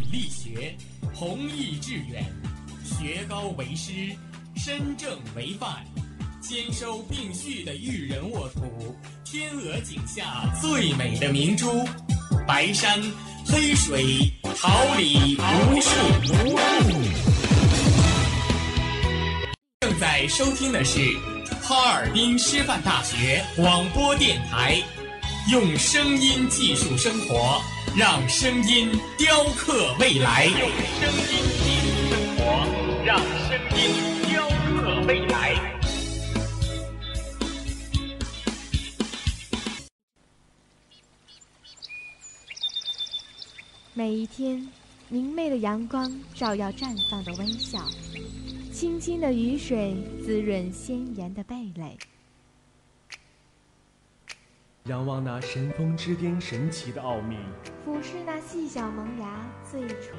力学，弘毅致远，学高为师，身正为范，兼收并蓄的育人沃土，天鹅颈下最美的明珠，白山黑水，桃李无数。正在收听的是哈尔滨师范大学广播电台，用声音技术生活，让声音雕刻未来。用声音技术生活，让声音雕刻未来。 每一天，明媚的阳光照耀绽放的微笑，清清的雨水滋润鲜艳的蓓蕾。 仰望那神峰之巅神奇的奥秘， 俯视那细小萌芽最初，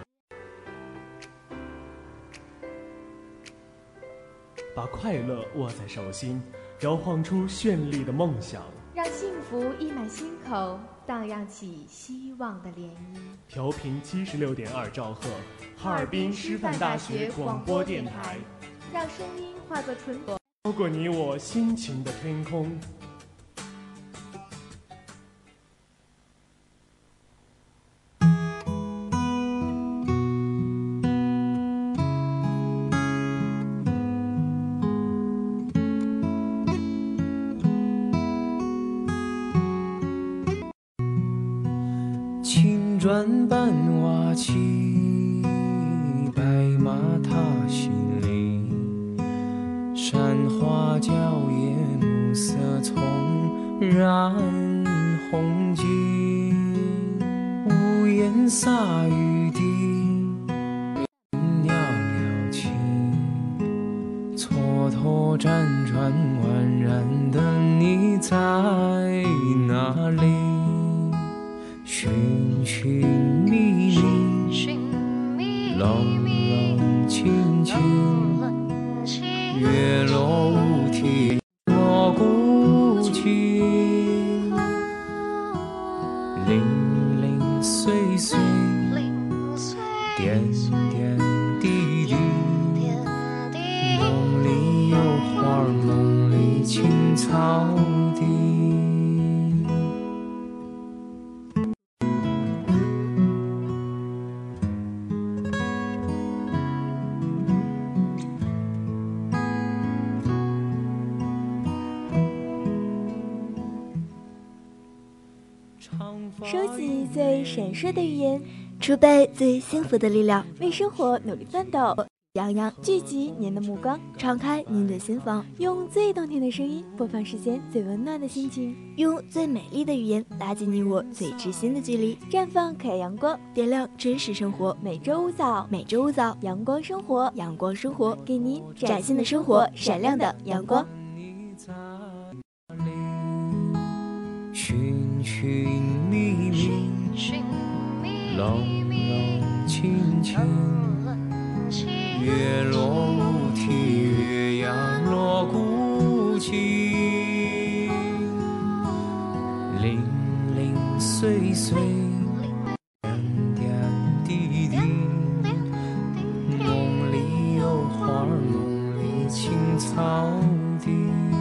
把快乐握在手心，摇晃出绚丽的梦想， 让幸福溢满心口，荡漾起希望的涟漪。 调频76.2兆赫，哈尔滨师范大学广播电台， 让声音化作纯果， 包裹你我心情的天空。 转半瓦起，白马踏新林，山花娇艳，暮色葱染红巾，屋檐洒雨滴，袅袅情，蹉跎辗转宛然的你在哪里？寻寻觅觅，冷冷清清，月落乌啼落孤寂，零零碎碎，点点滴滴，梦里有花，梦里青草地。 收集最闪烁的语言，储备最幸福的力量，为生活努力奋斗。洋洋聚集您的目光，敞开您的心房，用最动听的声音播放世间最温暖的心情，用最美丽的语言拉近你我最知心的距离，绽放可爱阳光，点亮真实生活。每周五早，阳光生活，给您崭新的生活，闪亮的阳光。 寻寻觅觅，冷冷清清，月落乌啼，月牙落孤寂，零零碎碎，点点滴滴，梦里有花，梦里青草地。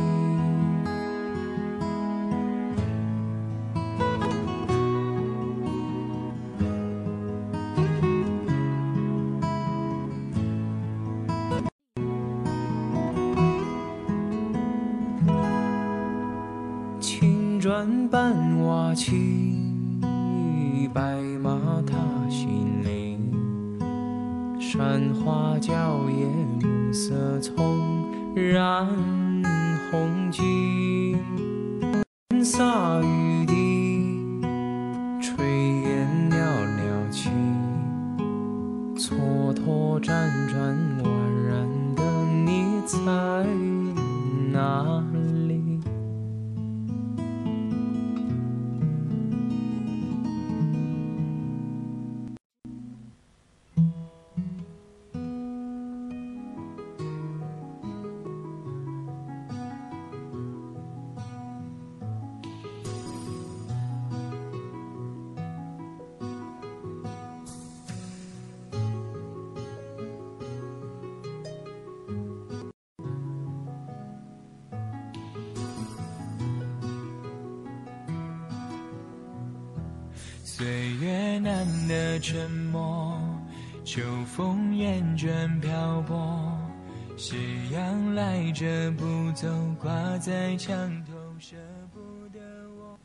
转半瓦起，白马踏新林，山花娇艳，暮色葱染红巾，洒雨滴，炊烟袅袅起，蹉跎辗转宛然的你在哪里？ 岁月难得沉默，秋风厌倦漂泊，夕阳来者不走，挂在墙头，舍不得我。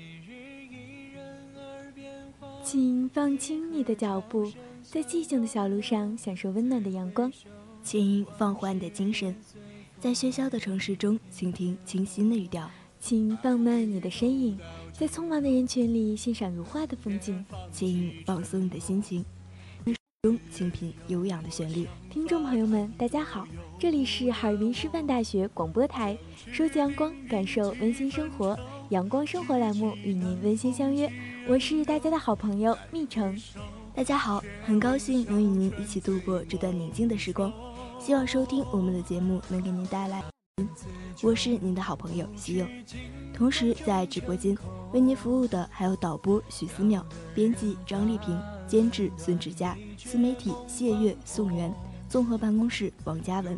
请放轻你的脚步，在寂静的小路上享受温暖的阳光。 请放缓你的精神，在喧嚣的城市中倾听清新的语调。 请放慢你的身影，在匆忙的人群里欣赏如画的风景。 请放松你的心情，中倾品悠扬的旋律。 听众朋友们，大家好，这里是哈尔滨师范大学广播台，收集阳光，感受温馨生活，阳光生活栏目与您温馨相约。我是大家的好朋友蜜橙。 大家好，很高兴能与您一起度过这段宁静的时光，希望收听我们的节目能给您带来。我是您的好朋友西柚，同时在直播间为您服务的还有导播许思淼、编辑张丽萍、监制孙志佳、新媒体谢月、宋元，综合办公室王嘉文。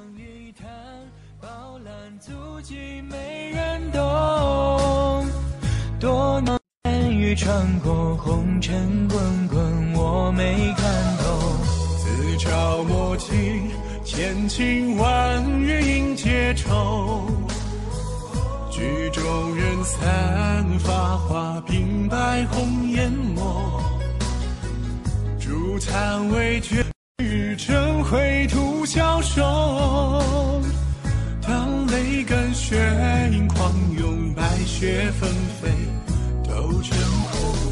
多年雨穿过红尘滚滚，我没看透。 自嘲莫欺，千情万语应结愁。剧中人散发花，鬓白红颜墨。烛残未觉，余正灰徒消瘦。当泪干血盈狂涌，白雪纷飞都成红。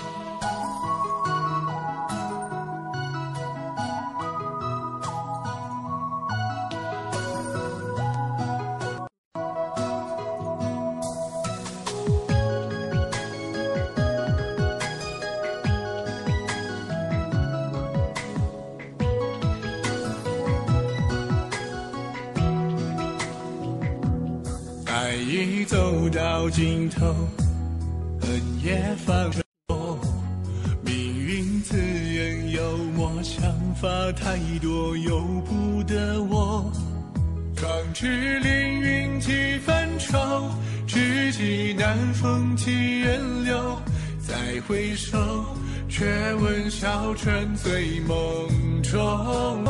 爱已走到尽头，恨也放手。命运自言幽默，想法太多由不得我。壮志凌云几番愁，知己难逢几人留。再回首，却闻小船醉梦中。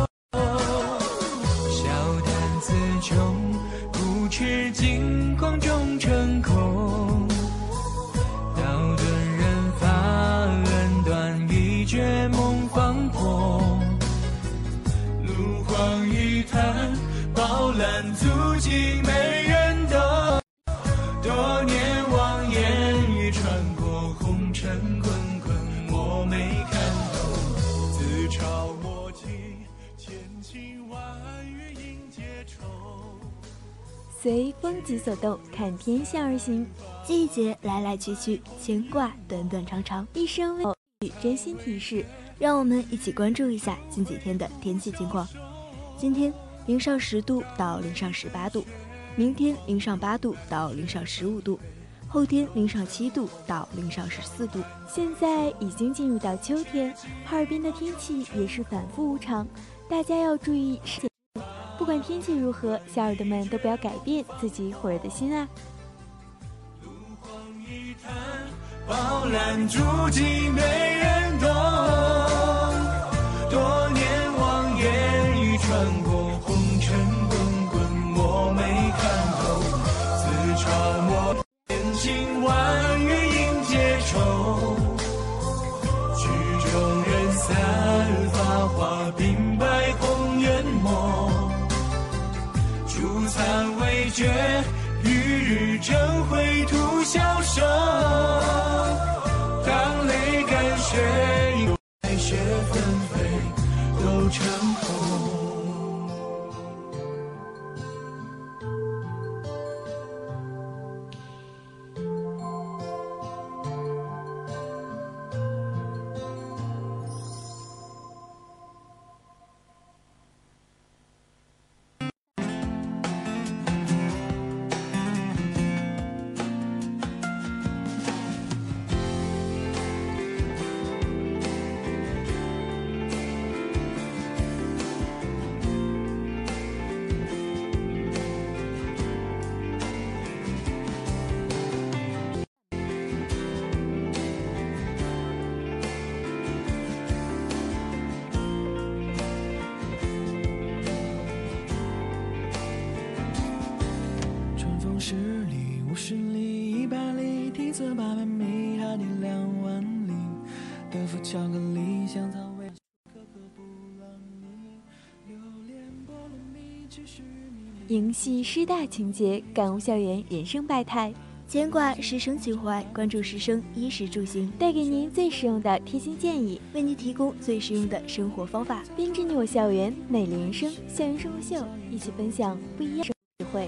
笑谈自穷，不知金光中成空。道顿人发恩断，一绝梦方破。路荒一滩，饱览足迹没人懂。多年望眼欲穿过红尘滚滚，我没看透。 自嘲莫欺，千情万语应结愁。 随风即所动，看天象而行。 季节来来去去，牵挂短短长长， 一生为真心提示， 让我们一起关注一下近几天的天气情况。今天零上10度到零上18度，明天零上8度到零上15度，后天零上7度到零上14度。 现在已经进入到秋天，哈尔滨的天气也是反复无常，大家要注意。不管天气如何，小耳朵们都不要改变自己火热的心啊！ 路荒一滩，饱览足迹没人懂。多年望眼欲穿过红尘滚滚，我没看透。自嘲莫千情万语应结愁。剧中人散发花，鬓白红颜墨。烛残未觉，与日正灰徒消瘦。当泪干血盈，白雪纷飞都成红。 迎系师大情节，感悟校园人生百态， 牵挂师生情怀，关注师生衣食住行， 带给您最实用的贴心建议， 为您提供最实用的生活方法， 编织你我校园美丽人生。校园生活秀，一起分享不一样的智慧。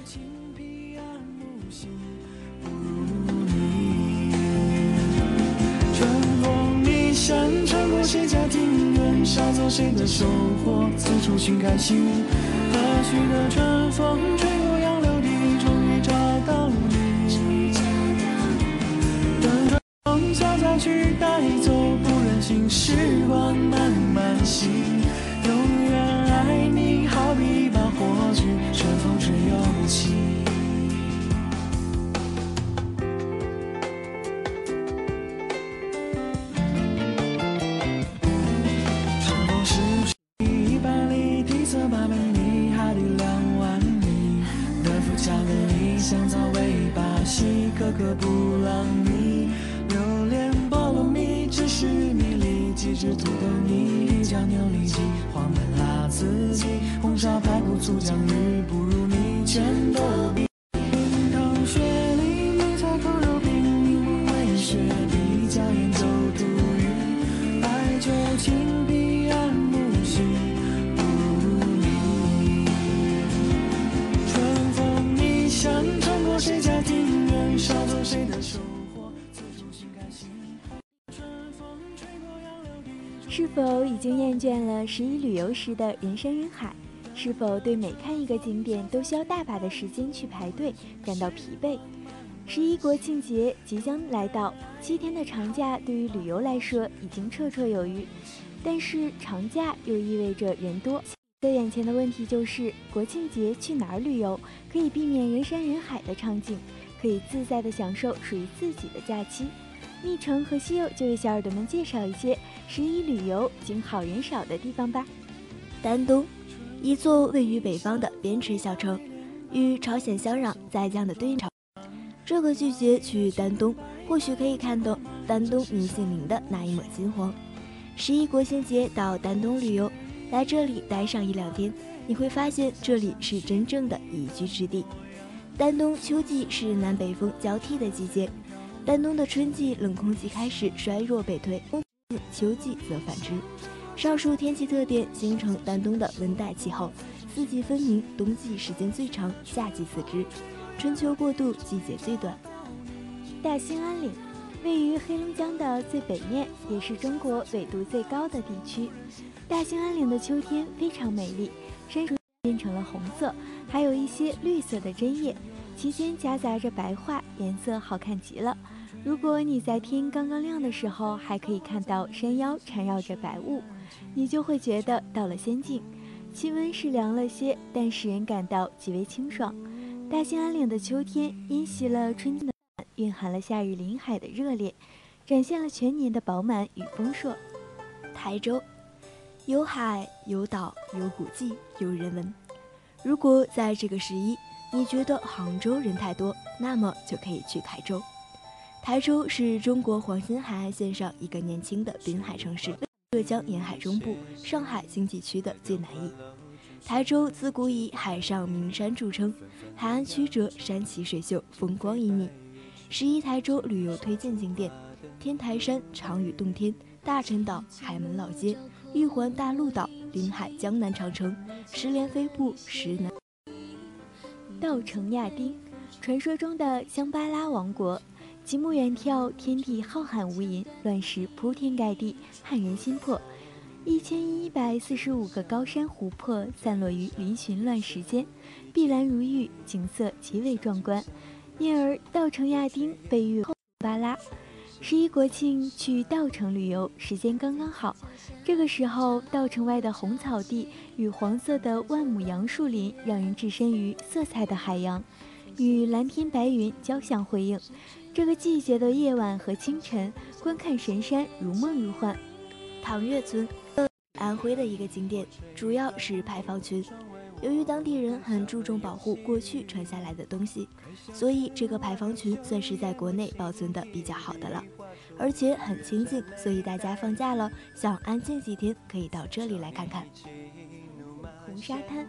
山穿过谁家庭院，捎走谁的收获，四处寻开心。和煦的春风吹过杨柳地，终于找到你。等风悄悄去带走，不忍心时光慢慢行。永远爱你，好比一把火炬，春风吹又起。香草味巴西，可可布朗尼，榴莲菠萝蜜，芝士米粒，鸡汁土豆泥，酱牛里脊，黄焖辣子鸡，红烧排骨醋酱鱼，不如你全都比。冰糖雪梨，梅菜扣肉饼，味雪碧，椒盐走杜鱼，白酒青皮安慕希，不如你。春风一扇穿过谁家庭院，捎走谁的收获，四处寻开心。春风吹过杨柳地。 是否已经厌倦了11旅游时的人山人海？是否对每看一个景点都需要大把的时间去排队，感到疲惫？11国庆节即将来到，7天的长假对于旅游来说已经绰绰有余，但是长假又意味着人多。在眼前的问题就是，国庆节去哪儿旅游可以避免人山人海的场景，可以自在地享受属于自己的假期。蜜橙和西柚就为小耳朵们介绍一些11旅游景好人少的地方吧。 丹东，一座位于北方的边陲小城，与朝鲜相壤，在江的对面。这个季节去丹东，或许可以看到丹东明信陵的那一抹金黄。11国庆节到丹东旅游，来这里待上1-2天，你会发现这里是真正的宜居之地。丹东秋季是南北风交替的季节，丹东的春季冷空气开始衰弱北退，秋季则反之。上述天气特点形成丹东的温带气候，四季分明，冬季时间最长，夏季次之，春秋过渡，季节最短。 大兴安岭位于黑龙江的最北面，也是中国纬度最高的地区。大兴安岭的秋天非常美丽，山树变成了红色，还有一些绿色的针叶，其间夹杂着白桦，颜色好看极了。如果你在天刚刚亮的时候还可以看到山腰缠绕着白雾，你就会觉得到了仙境。气温是凉了些，但使人感到极为清爽。大兴安岭的秋天因袭了春天的蕴含了夏日临海的热烈，展现了全年的饱满与丰硕。 台州，有海有岛有古迹有人文。如果在这个11你觉得杭州人太多，那么就可以去台州。台州是中国黄金海岸线上一个年轻的滨海城市，浙江沿海中部，上海经济区的最南翼。台州自古以海上名山著称，海岸曲折，山奇水秀，风光旖旎。11台州旅游推荐景点：天台山、长屿洞天、大陈岛、海门老街、玉环大陆岛、临海江南长城、石莲飞瀑、石南。 稻城亚丁，传说中的香巴拉王国。极目远眺，天地浩瀚无垠，乱石铺天盖地，撼人心魄。1145个高山湖泊散落于嶙峋乱石间，碧蓝如玉，景色极为壮观，因而稻城亚丁被誉后巴拉。11国庆去稻城旅游，时间刚刚好。这个时候，稻城外的红草地与黄色的万亩杨树林，让人置身于色彩的海洋，与蓝天白云交相辉映。这个季节的夜晚和清晨，观看神山如梦如幻。 唐月村，安徽的一个景点，主要是牌坊群。由于当地人很注重保护过去传下来的东西，所以这个牌坊群算是在国内保存的比较好的了，而且很清静，所以大家放假了想安静几天，可以到这里来看看。 红沙滩，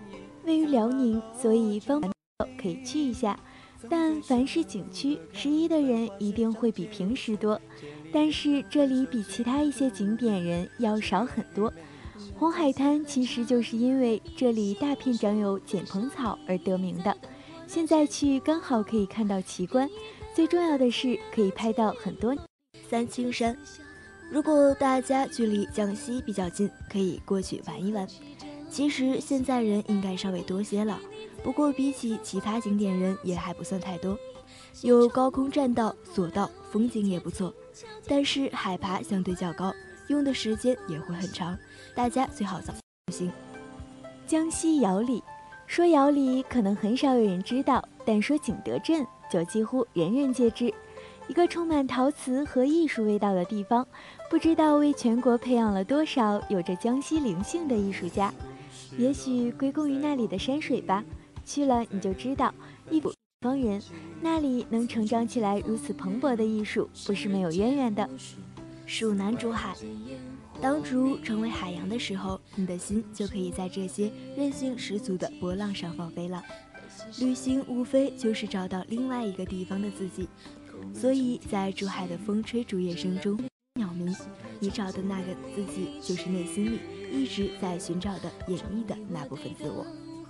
位于辽宁，所以方便可以去一下。但凡是景区，11的人一定会比平时多，但是这里比其他一些景点人要少很多。红海滩其实就是因为这里大片长有剪蓬草而得名的，现在去刚好可以看到奇观，最重要的是可以拍到很多三清山。如果大家距离江西比较近，可以过去玩一玩。其实现在人应该稍微多些了，不过比起其他景点人也还不算太多，有高空栈道、索道，风景也不错，但是海拔相对较高，用的时间也会很长，大家最好早行。 江西瑶里，说瑶里可能很少有人知道，但说景德镇就几乎人人皆知，一个充满陶瓷和艺术味道的地方，不知道为全国培养了多少有着江西灵性的艺术家，也许归功于那里的山水吧，去了你就知道，一北方人那里能成长起来如此蓬勃的艺术，不是没有渊源的。 蜀南竹海，当竹成为海洋的时候，你的心就可以在这些韧性十足的波浪上放飞了。旅行无非就是找到另外一个地方的自己，所以在竹海的风吹竹叶声中，鸟鸣，你找的那个自己，就是内心里一直在寻找的演绎的那部分自我。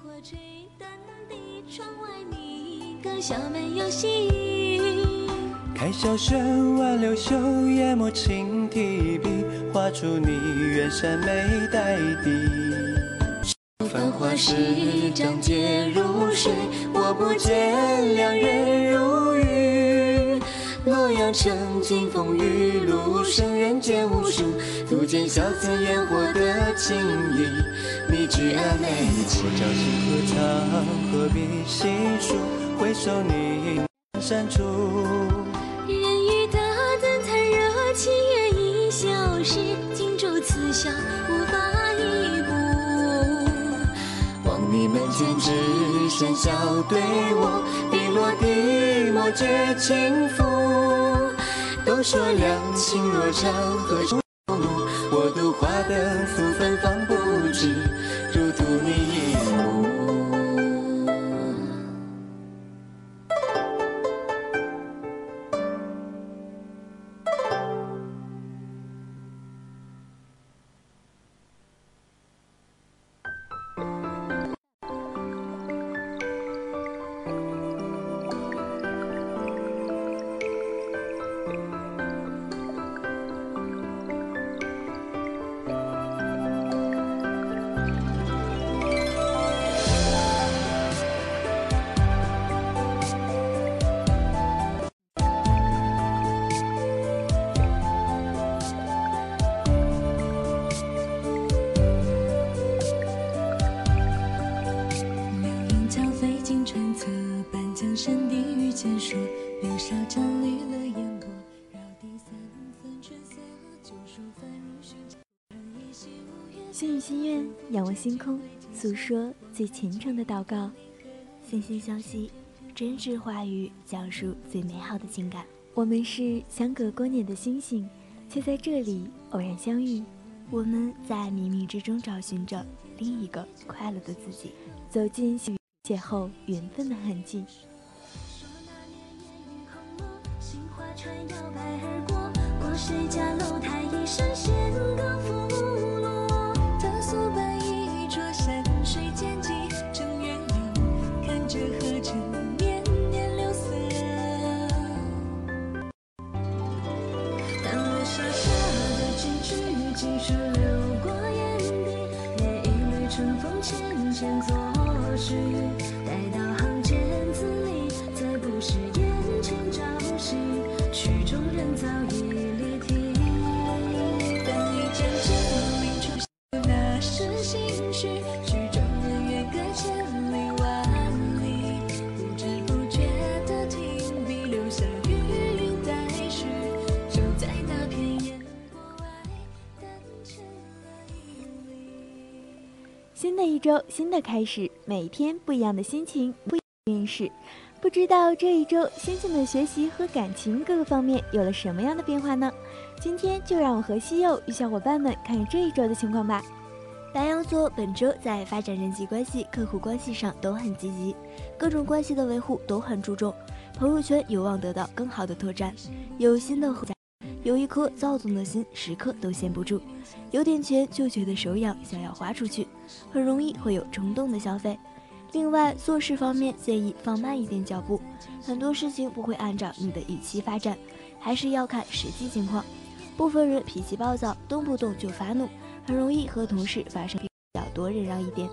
开小轩挽流袖，研墨轻提笔，画出你远山眉黛底。繁华时将结如水，我不见良人如玉。洛阳城尽风雨，路生人间无数，独见小村烟火的情谊。你居安美气，朝夕何尝何必细数，回首你山处。 人与大怎残热，情缘已消失，荆州刺绣无法一步。 望你门前只剩笑对我，滴落滴墨绝情赋。都说两情若长河中路，我独花灯素芬芳不止，如图你一幕。 心与心愿，仰望星空，诉说最虔诚的祷告。 惺惺相惜，真挚话语，讲述最美好的情感。 我们是相隔多年的星星，却在这里偶然相遇。 我们在冥冥之中找寻着另一个快乐的自己， 走进邂逅缘分的痕迹。 过谁家楼台一声弦歌拂落，特诉本一桌山水间际，正月里看着河城年年流色。淡了沙沙的几句，几书流过眼底，也一缕春风浅浅作序，待到行间字里，再不是眼前朝夕，曲中人早已离题。但一阵阵明出那是心绪，曲中人远隔千里万里，不知不觉的停笔，留下余韵待续，就在那片烟波外淡成了一缕。 新的一周，新的开始，每天不一样的心情，不一样的运势。不知道这一周星星们学习和感情各个方面有了什么样的变化呢？今天就让我和西柚与小伙伴们看看这一周的情况吧。 白羊座本周在发展人际关系、客户关系上都很积极，各种关系的维护都很注重，朋友圈有望得到更好的拓展，有新的合作。有一颗躁动的心，时刻都闲不住，有点钱就觉得手痒，想要花出去，很容易会有冲动的消费。另外，做事方面建议放慢一点脚步，很多事情不会按照你的预期发展，还是要看实际情况。部分人脾气暴躁，动不动就发怒，很容易和同事发生要多忍让一点。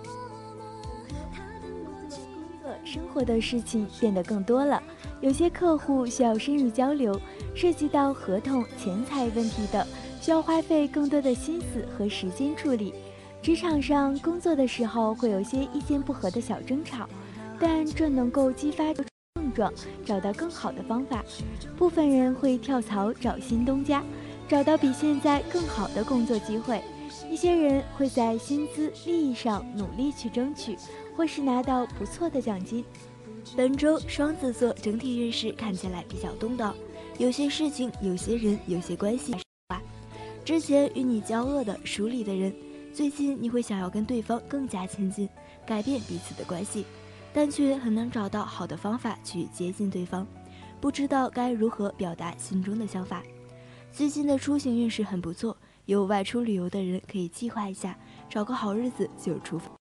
生活的事情变得更多了，有些客户需要深入交流，涉及到合同、钱财问题的，需要花费更多的心思和时间处理。职场上工作的时候会有些意见不合的小争吵，但这能够激发碰撞，找到更好的方法。部分人会跳槽找新东家，找到比现在更好的工作机会。一些人会在薪资、利益上努力去争取，或是拿到不错的奖金。 本周双子座整体运势看起来比较动荡，有些事情、有些人、有些关系，之前与你交恶的、疏离的人，最近你会想要跟对方更加亲近，改变彼此的关系，但却很难找到好的方法去接近对方，不知道该如何表达心中的想法。最近的出行运势很不错，有外出旅游的人可以计划一下，找个好日子就出发。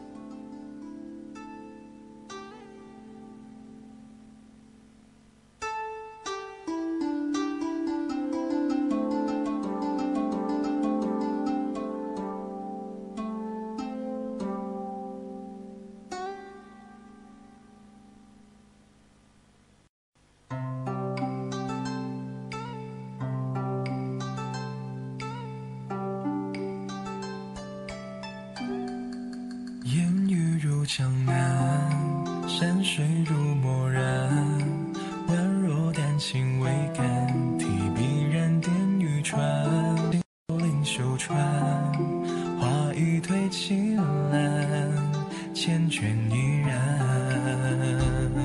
江南，山水如墨染，温柔丹青微感，提笔然点玉川，灵秀川，花雨推青蓝，缱绻依然。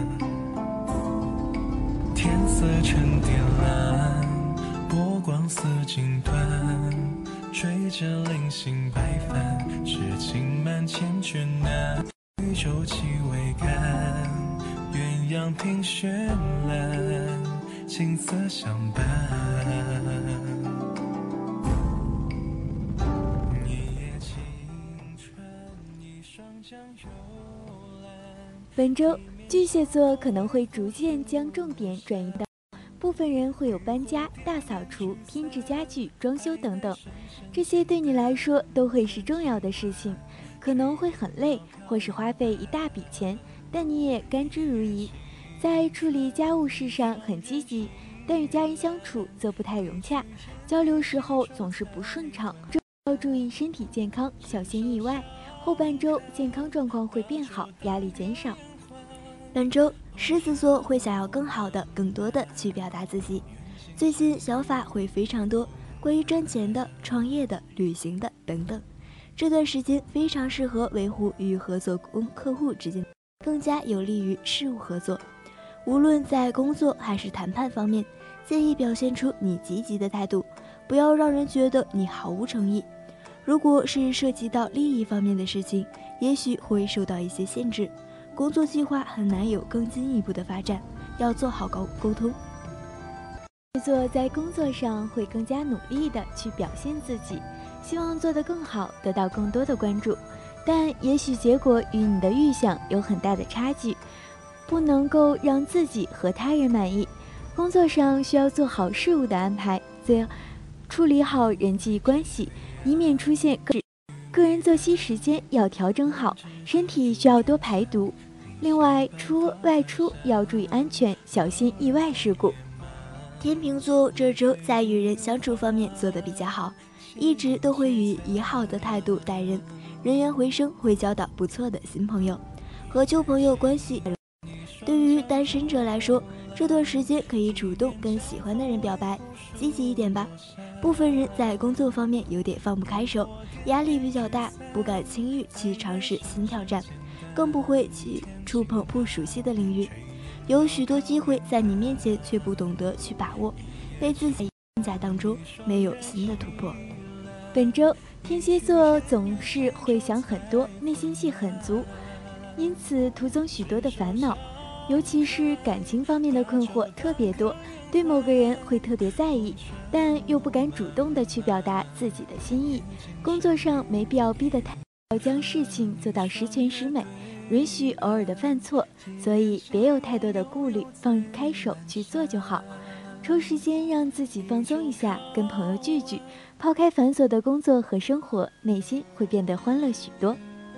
天色沉靛蓝，波光似锦缎，追着零星白帆，痴情满千卷难。宇宙气未干，鸳鸯凭绚烂，青色相伴。一夜青春，一双江幽蓝。 本周巨蟹座可能会逐渐将重点转移到部分人会有搬家、大扫除、添置家具、装修等等，这些对你来说都会是重要的事情，可能会很累，或是花费一大笔钱，但你也甘之如饴。在处理家务事上很积极，但与家人相处则不太融洽，交流时候总是不顺畅，要注意身体健康，小心意外。后半周健康状况会变好，压力减少。 本周狮子座会想要更好的、更多的去表达自己，最近想法会非常多，关于赚钱的、创业的、旅行的等等。这段时间非常适合维护与合作客户之间，更加有利于事务合作。无论在工作还是谈判方面，建议表现出你积极的态度，不要让人觉得你毫无诚意。如果是涉及到利益方面的事情，也许会受到一些限制，工作计划很难有更进一步的发展，要做好沟通。 狮子座在工作上会更加努力的去表现自己，希望做得更好，得到更多的关注，但也许结果与你的预想有很大的差距，不能够让自己和他人满意。工作上需要做好事务的安排，则要处理好人际关系，以免出现个人作息时间要调整好，身体需要多排毒。另外，外出要注意安全，小心意外事故。 天秤座这周在与人相处方面做得比较好，一直都会以好的态度待人，人缘回升，会交到不错的新朋友，和旧朋友关系。对于单身者来说，这段时间可以主动跟喜欢的人表白，积极一点吧。部分人在工作方面有点放不开手，压力比较大，不敢轻易去尝试新挑战，更不会去触碰不熟悉的领域。有许多机会在你面前，却不懂得去把握，被自己在当中没有新的突破。 本周天蝎座总是会想很多，内心戏很足，因此徒增许多的烦恼，尤其是感情方面的困惑特别多，对某个人会特别在意，但又不敢主动的去表达自己的心意。工作上没必要逼得太，要将事情做到十全十美，允许偶尔的犯错，所以别有太多的顾虑，放开手去做就好。抽时间让自己放松一下，跟朋友聚聚，抛开繁琐的工作和生活，内心会变得欢乐许多。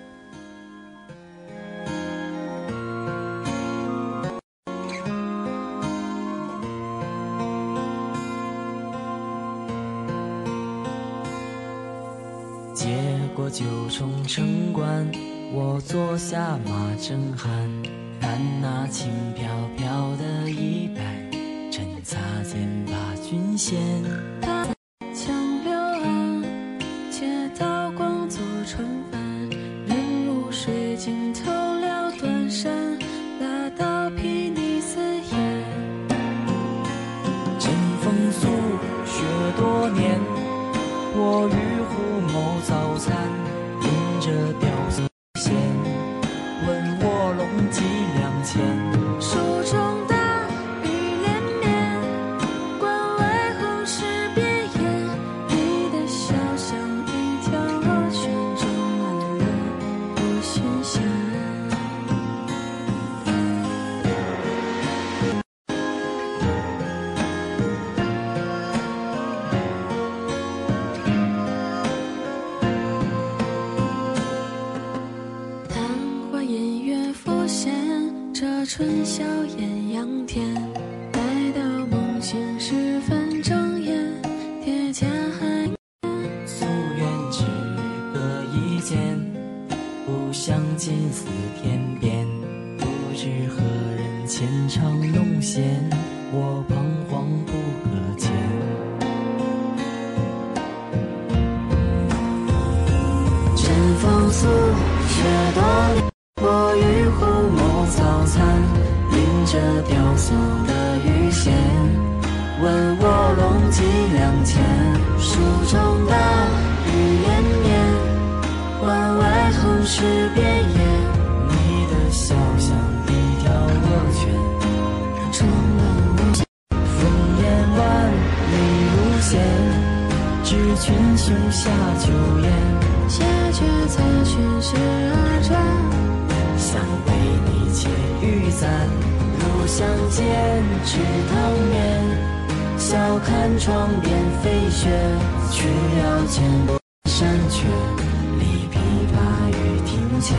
接过九重城关，我坐下马正酣，看那轻飘飘的衣摆，趁擦肩把君衔。 江流岸，街道光作船帆，人如水尽头了断山，大道睥睨四野。 枕风宿雪多年，我与虎谋早餐，迎着雕塑线，问卧龙几两钱。 书中大雨连绵，关外红湿边沿，你的笑像一条鹅圈，装满了我寻线。昙花烟月浮现，这春宵艳阳天，待到梦醒时分睁眼，铁甲寒夙愿只隔一剑，不想近似天边，不知何人牵肠弄弦，我彷徨不可见。 晨风宿雪多年，我与虎谋早餐，迎着雕塑的鱼线，问卧龙几两钱。书中大雨连绵，关外红湿边沿， 你的笑像一条鹅圈， 装满我烽烟万里如线，知群雄下酒宴。 谢绝策群时而转， 想为你且玉簪，如相见吃汤面，笑看窗边飞雪，却要见山雀，立琵琶于庭前。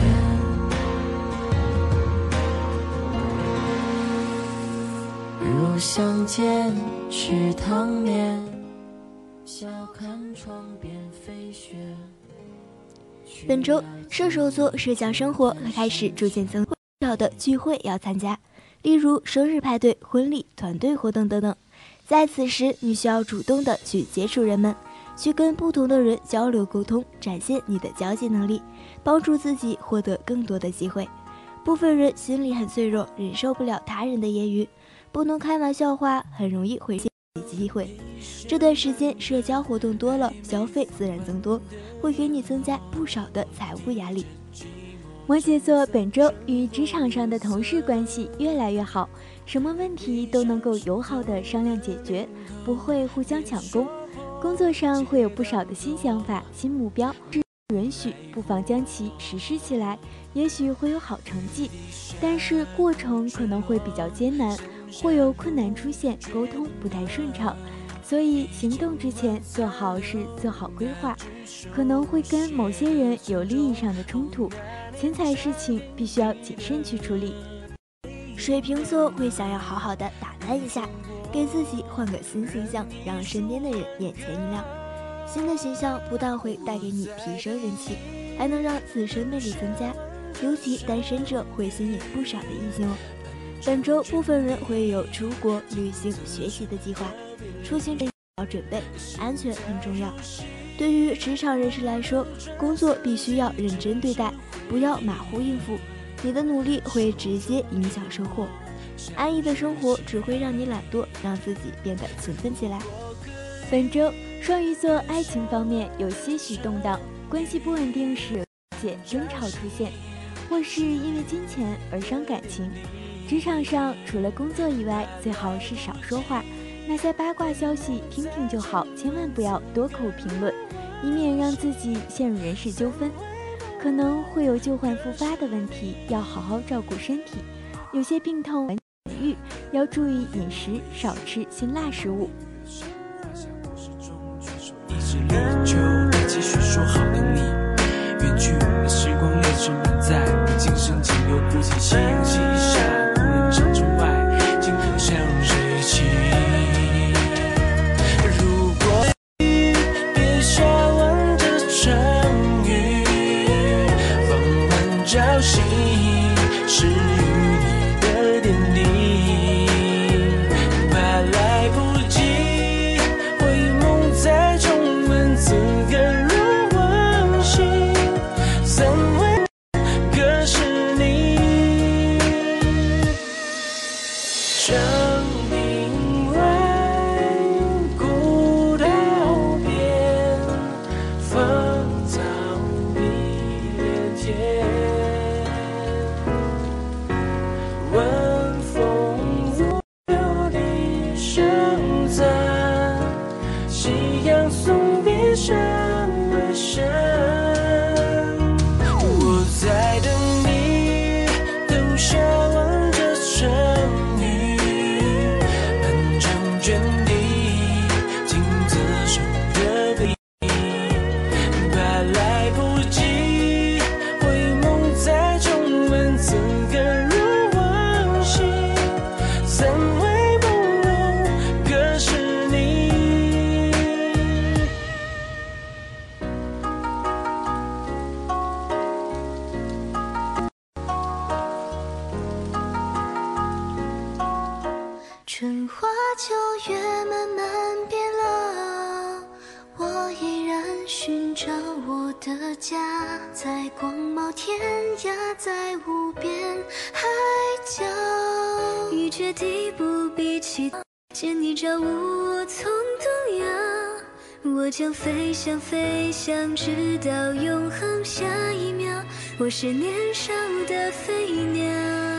如相见吃汤面，笑看窗边飞雪。 本周射手座社交生活会开始逐渐增少的聚会要参加，例如生日派对、婚礼、团队活动等等。在此时，你需要主动的去接触人们，去跟不同的人交流沟通，展现你的交际能力，帮助自己获得更多的机会。部分人心里很脆弱，忍受不了他人的言语，不能开玩笑话，很容易会机会。这段时间社交活动多了，消费自然增多，会给你增加不少的财务压力。 摩羯座本周与职场上的同事关系越来越好，什么问题都能够友好的商量解决，不会互相抢功。工作上会有不少的新想法、新目标，允许不妨将其实施起来，也许会有好成绩，但是过程可能会比较艰难，会有困难出现，沟通不太顺畅。所以行动之前做好规划，可能会跟某些人有利益上的冲突，钱财事情必须要谨慎去处理。 水瓶座会想要好好的打扮一下，给自己换个新形象，让身边的人眼前一亮。新的形象不但会带给你提升人气，还能让自身魅力增加，尤其单身者会吸引不少的异性哦。本周部分人会有出国旅行学习的计划，出行前要准备，安全很重要。对于职场人士来说，工作必须要认真对待，不要马虎应付，你的努力会直接影响收获。安逸的生活只会让你懒惰，让自己变得勤奋起来。 本周双鱼座爱情方面有些许动荡，关系不稳定时有些争吵出现，或是因为金钱而伤感情。职场上除了工作以外，最好是少说话，那些八卦消息听听就好，千万不要多口评论，以免让自己陷入人事纠纷，可能会有旧患复发的问题，要好好照顾身体。有些病痛难愈，要注意饮食，少吃辛辣食物。 继续说好的你，远去的时光流逝满载，今生仅有不及夕阳西下，无人长城外，金河向谁起？如果别下完这场雨，放慢朝夕，是与你的点滴，怕来不及回眸再重温此刻如往昔，怎会可是你？长亭外，古道边，芳草碧连天。晚风如流的声赞，夕阳送别山为山。我在等你，等下完这场雨，漫长卷地，镜子上的笔，怕来不及回眸再重温此刻如往昔，怎会不如可是你？ 春花秋月慢慢变老，我依然寻找我的家，在广袤天涯，在无边海角。雨决堤不必祈祷，见你朝雾我从动摇，我将飞翔飞翔，直到永恒。下一秒，我是年少的飞鸟。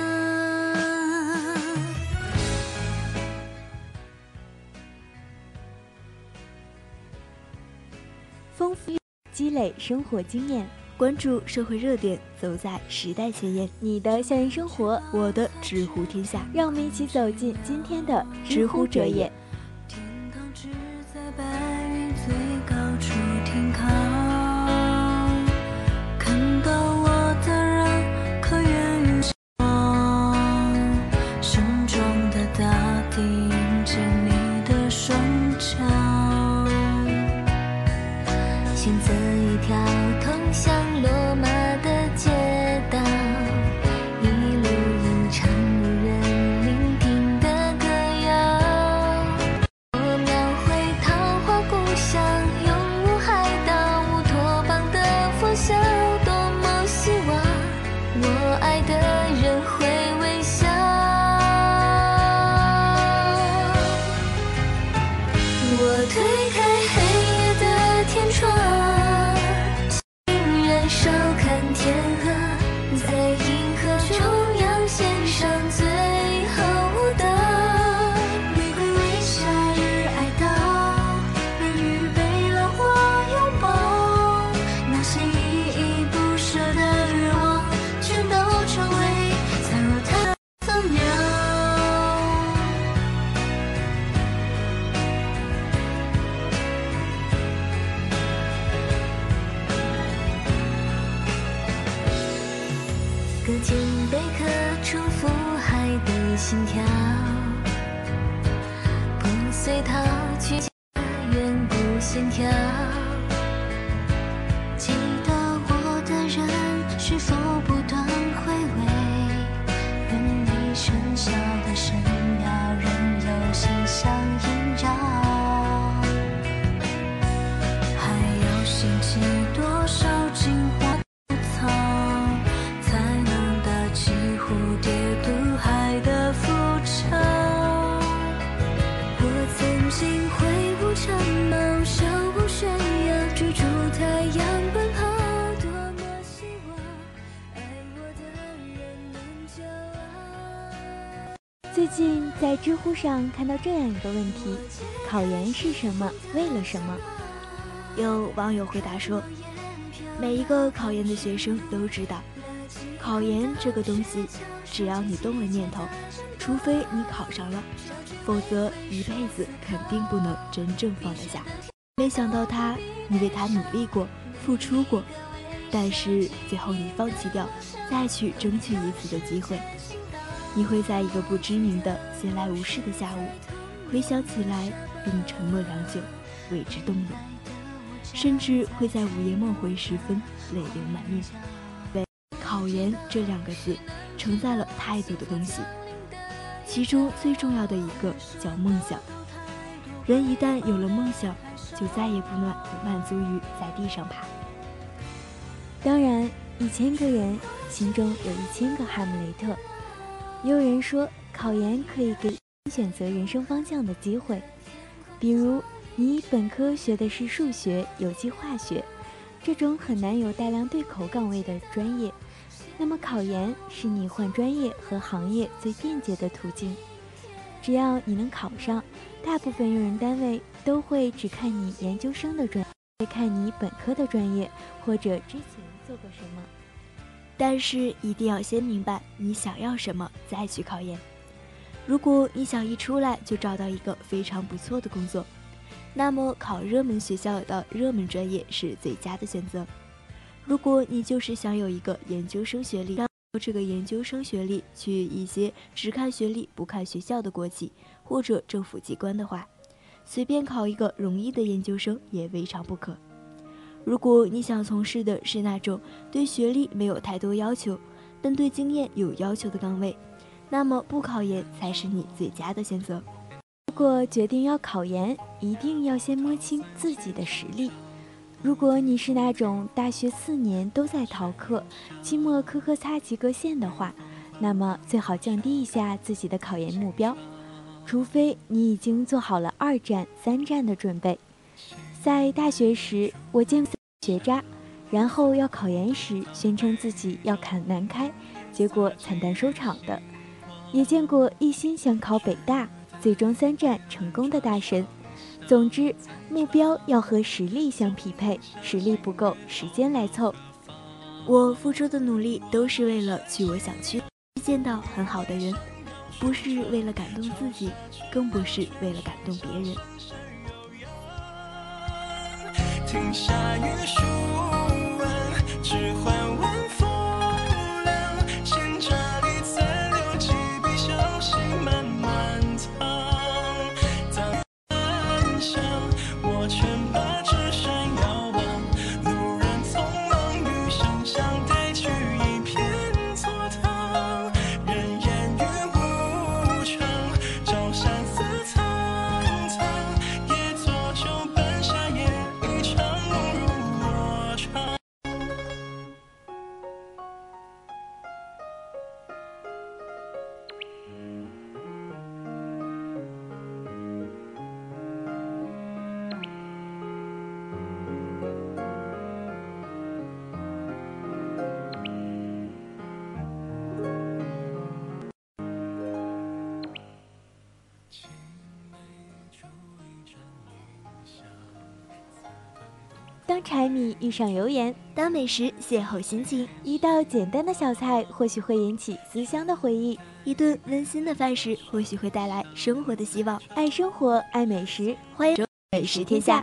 丰富积累生活经验， 关注社会热点，走在时代前沿。 你的校园生活， 我的知乎天下， 让我们一起走进今天的知乎者也。 天堂只在白云最高处停靠，看到我的人可远远相望，深壮的大地迎接你的双脚，选择一条通向罗马的街道，一路吟唱无人聆听的歌谣。我描绘桃花故乡，永无海岛，乌托邦的风笑，多么希望我爱的人会微笑。我推开黑夜的天窗，燃烧看天河，在银河中央献上最后舞蹈。玫瑰为夏日哀悼，人与被浪花拥抱，那些依依不舍的愿望，全都成为残若它分秒。搁浅贝壳出腹海的心跳，破碎陶器远不线条。记得我的人是否不断回味，愿你生肖的神庙仍有心相映照，还要掀起多少惊慌草，才能搭起蝴蝶渡海的浮桥。我曾经挥舞长矛， 最近在知乎上看到这样一个问题：考研是什么？为了什么？ 有网友回答说，每一个考研的学生都知道，考研这个东西，只要你动了念头，除非你考上了，否则一辈子肯定不能真正放得下。没想到你为他努力过，付出过，但是最后你放弃掉，再去争取一次的机会。你会在一个不知名的闲来无事的下午，回想起来并沉默良久，为之动容，甚至会在午夜梦回时分泪流满面。为考研这2个字承载了太多的东西，其中最重要的一个叫梦想。人一旦有了梦想，就再也不满足于在地上爬。 当然，1000个人心中有1000个哈姆雷特。也有人说，考研可以给选择人生方向的机会，比如你本科学的是数学、有机化学这种很难有大量对口岗位的专业，那么考研是你换专业和行业最便捷的途径。只要你能考上，大部分用人单位都会只看你研究生的专业，会看你本科的专业或者之前做过什么。 但是一定要先明白你想要什么，再去考研。如果你想一出来就找到一个非常不错的工作，那么考热门学校的热门专业是最佳的选择。如果你就是想有一个研究生学历，让这个研究生学历去一些只看学历不看学校的国企或者政府机关的话，随便考一个容易的研究生也未尝不可。如果你想从事的是那种对学历没有太多要求，但对经验有要求的岗位，那么不考研才是你最佳的选择。 如果决定要考研，一定要先摸清自己的实力。如果你是那种大学4年都在逃课，期末科科擦及格线的话，那么最好降低一下自己的考研目标，除非你已经做好了2战、3战的准备。在大学时，我见过学渣，然后要考研时宣称自己要考南开，结果惨淡收场的；也见过一心想考北大，最终3战成功的大神。总之，目标要和实力相匹配，实力不够，时间来凑。 我付出的努力都是为了去我想去，见到很好的人，不是为了感动自己，更不是为了感动别人。 停下雨书文，只换晚风凉，闲茶里再留几笔小心慢慢藏。当暗香，我全把纸扇遥望，路人匆忙与声响带去一片错堂，人烟雨无常，朝霞似苍苍，夜作酒半夏夜。 当柴米遇上油盐， 当美食邂逅心情， 一道简单的小菜或许会引起思乡的回忆， 一顿温馨的饭食或许会带来生活的希望。 爱生活，爱美食， 欢迎美食天下。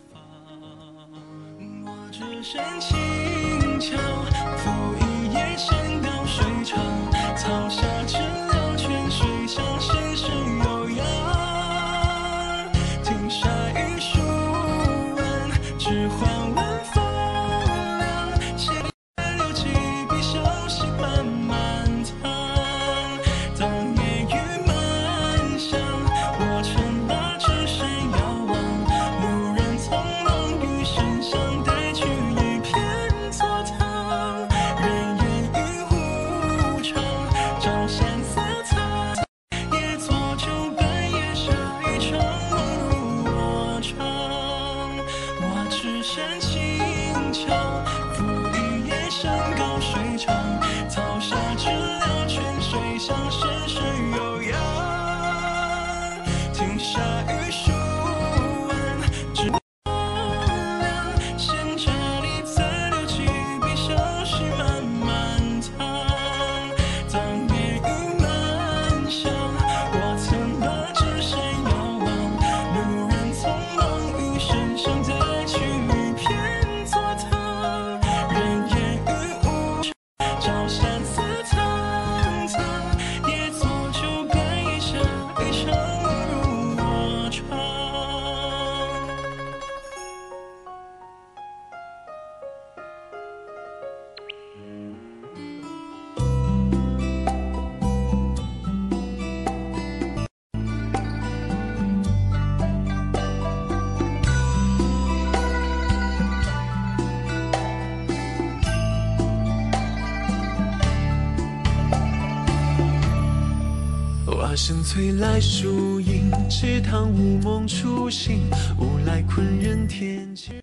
我只身轻巧，拂一叶仙到水长，草下知了泉水响，声声悠扬。听下雨书文，只换晚风凉，写留几笔小心慢慢藏。当夜雨满箱，我全把纸扇遥望，路人匆忙与声响带去一片声催来树影，池塘无梦初醒，无赖困人天气。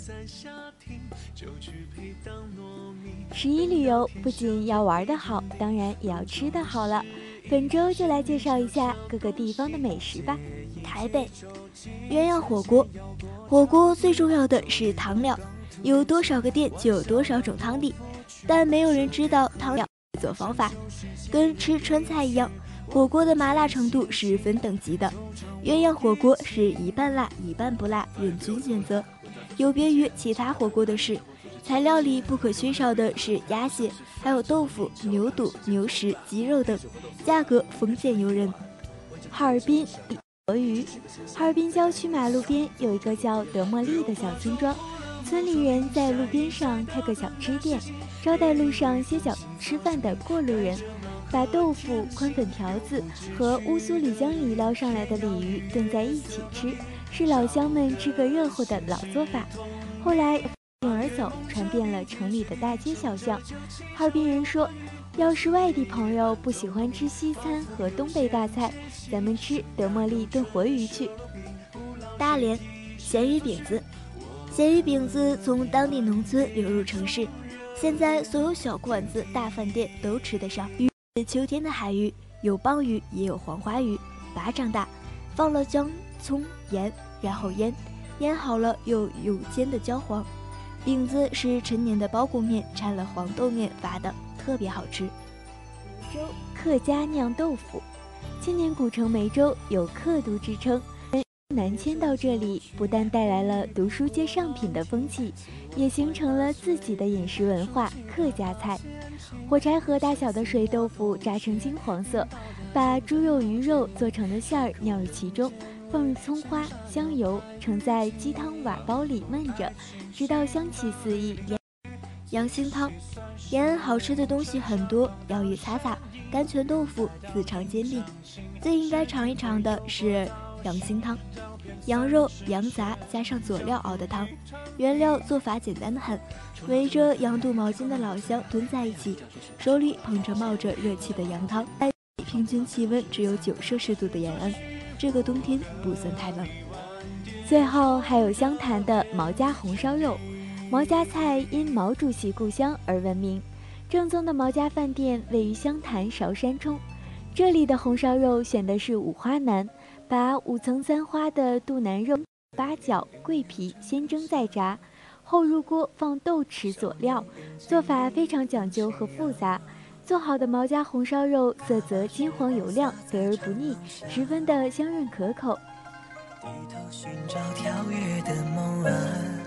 11旅游不仅要玩得好，当然也要吃得好了。本周就来介绍一下各个地方的美食吧。 台北鸳鸯火锅，火锅最重要的是汤料，有多少个店就有多少种汤底，但没有人知道汤料制作方法。跟吃川菜一样，火锅的麻辣程度是分等级的，鸳鸯火锅是一半辣一半不辣，任君选择。有别于其他火锅的是，材料里不可缺少的是鸭血，还有豆腐、牛肚、牛食、鸡肉等，价格丰俭由人。 哈尔滨河鱼，哈尔滨郊区马路边有一个叫德莫利的小村庄，村里人在路边上开个小吃店，招待路上歇脚吃饭的过路人，把豆腐、宽粉条子和乌苏里江里捞上来的鲤鱼炖在一起吃，是老乡们吃个热乎的老做法。后来应而走，传遍了城里的大街小巷。哈尔滨人说，要是外地朋友不喜欢吃西餐和东北大菜，咱们吃德莫利炖活鱼去。 大连咸鱼饼子，咸鱼饼子从当地农村流入城市，现在所有小馆子、大饭店都吃得上。鱼是秋天的海鱼，有鲅鱼也有黄花鱼，巴掌大，放了姜、葱、盐，然后腌好了又煎的焦黄。饼子是陈年的包谷面掺了黄豆面发的，特别好吃。 梅州客家酿豆腐，千年古城梅州有客都之称，南迁到这里，不但带来了读书街上品的风气，也形成了自己的饮食文化——客家菜。火柴盒大小的水豆腐炸成金黄色，把猪肉、鱼肉做成的馅儿酿入其中，放入葱花、香油，盛在鸡汤瓦包里焖着，直到香气四溢。 羊心汤，延安好吃的东西很多，洋芋擦擦、甘泉豆腐、四川煎饼，最应该尝一尝的是羊心汤。羊肉、羊杂加上佐料熬的汤，原料做法简单的很，围着羊肚毛巾的老乡蹲在一起，手里捧着冒着热气的羊汤。在平均气温只有9摄氏度的延安，这个冬天不算太冷。 最后还有湘潭的毛家红烧肉，毛家菜因毛主席故乡而闻名，正宗的毛家饭店位于湘潭韶山冲，这里的红烧肉选的是五花腩，把5层3花的肚腩肉、八角、桂皮先蒸再炸，后入锅放豆豉佐料，做法非常讲究和复杂。做好的毛家红烧肉色泽金黄油亮，肥而不腻，十分的香润可口。 低头寻找跳跃的梦啊，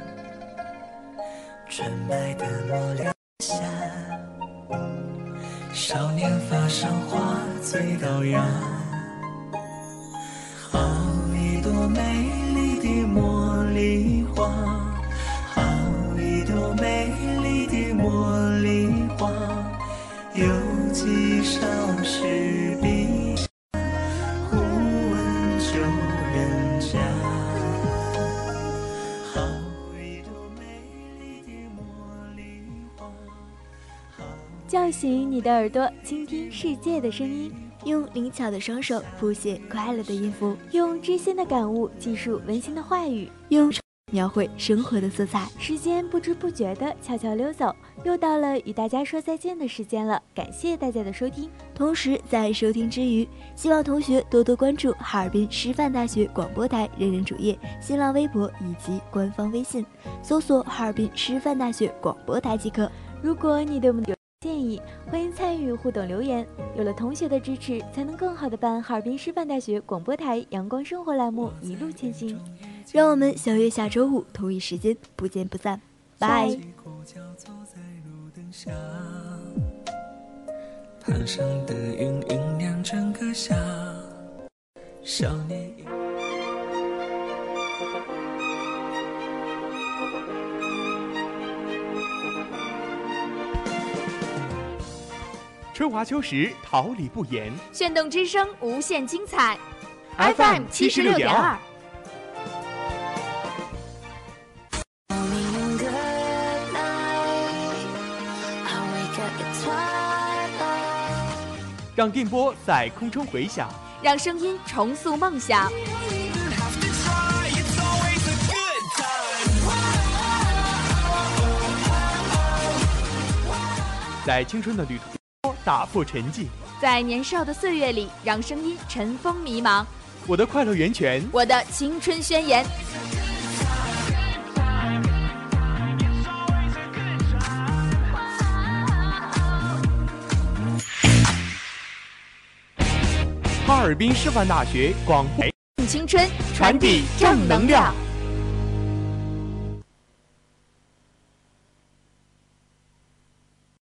纯白的墨亮下，少年发上花最高雅，好一朵美丽的茉莉花，好一朵美丽的茉莉花，有几少时笔忽闻旧人家，好一朵美丽的茉莉花。 叫醒你的耳朵，倾听世界的声音， 用灵巧的双手谱写快乐的音符， 用知心的感悟记述温馨的话语， 用描绘生活的色彩。 时间不知不觉的悄悄溜走，又到了与大家说再见的时间了。感谢大家的收听。 同时在收听之余，希望同学多多关注哈尔滨师范大学广播台人人主页、新浪微博以及官方微信，搜索哈尔滨师范大学广播台即可。 如果你对我们有建议，欢迎参与互动留言。有了同学的支持，才能更好的办哈尔滨师范大学广播台阳光生活栏目一路前行。 让我们相约下周5同一时间不见不散，拜。 盘上的云酝酿整个夏，少年春华秋实，桃李不言。 炫动之声，无限精彩。 FM 76.2。让电波在空中回响， 让声音重塑梦想。 在青春的旅途打破沉寂， 在年少的岁月里，让声音尘封迷茫。 我的快乐源泉， 我的青春宣言。 哈尔滨师范大学广播， 青春传递正能量。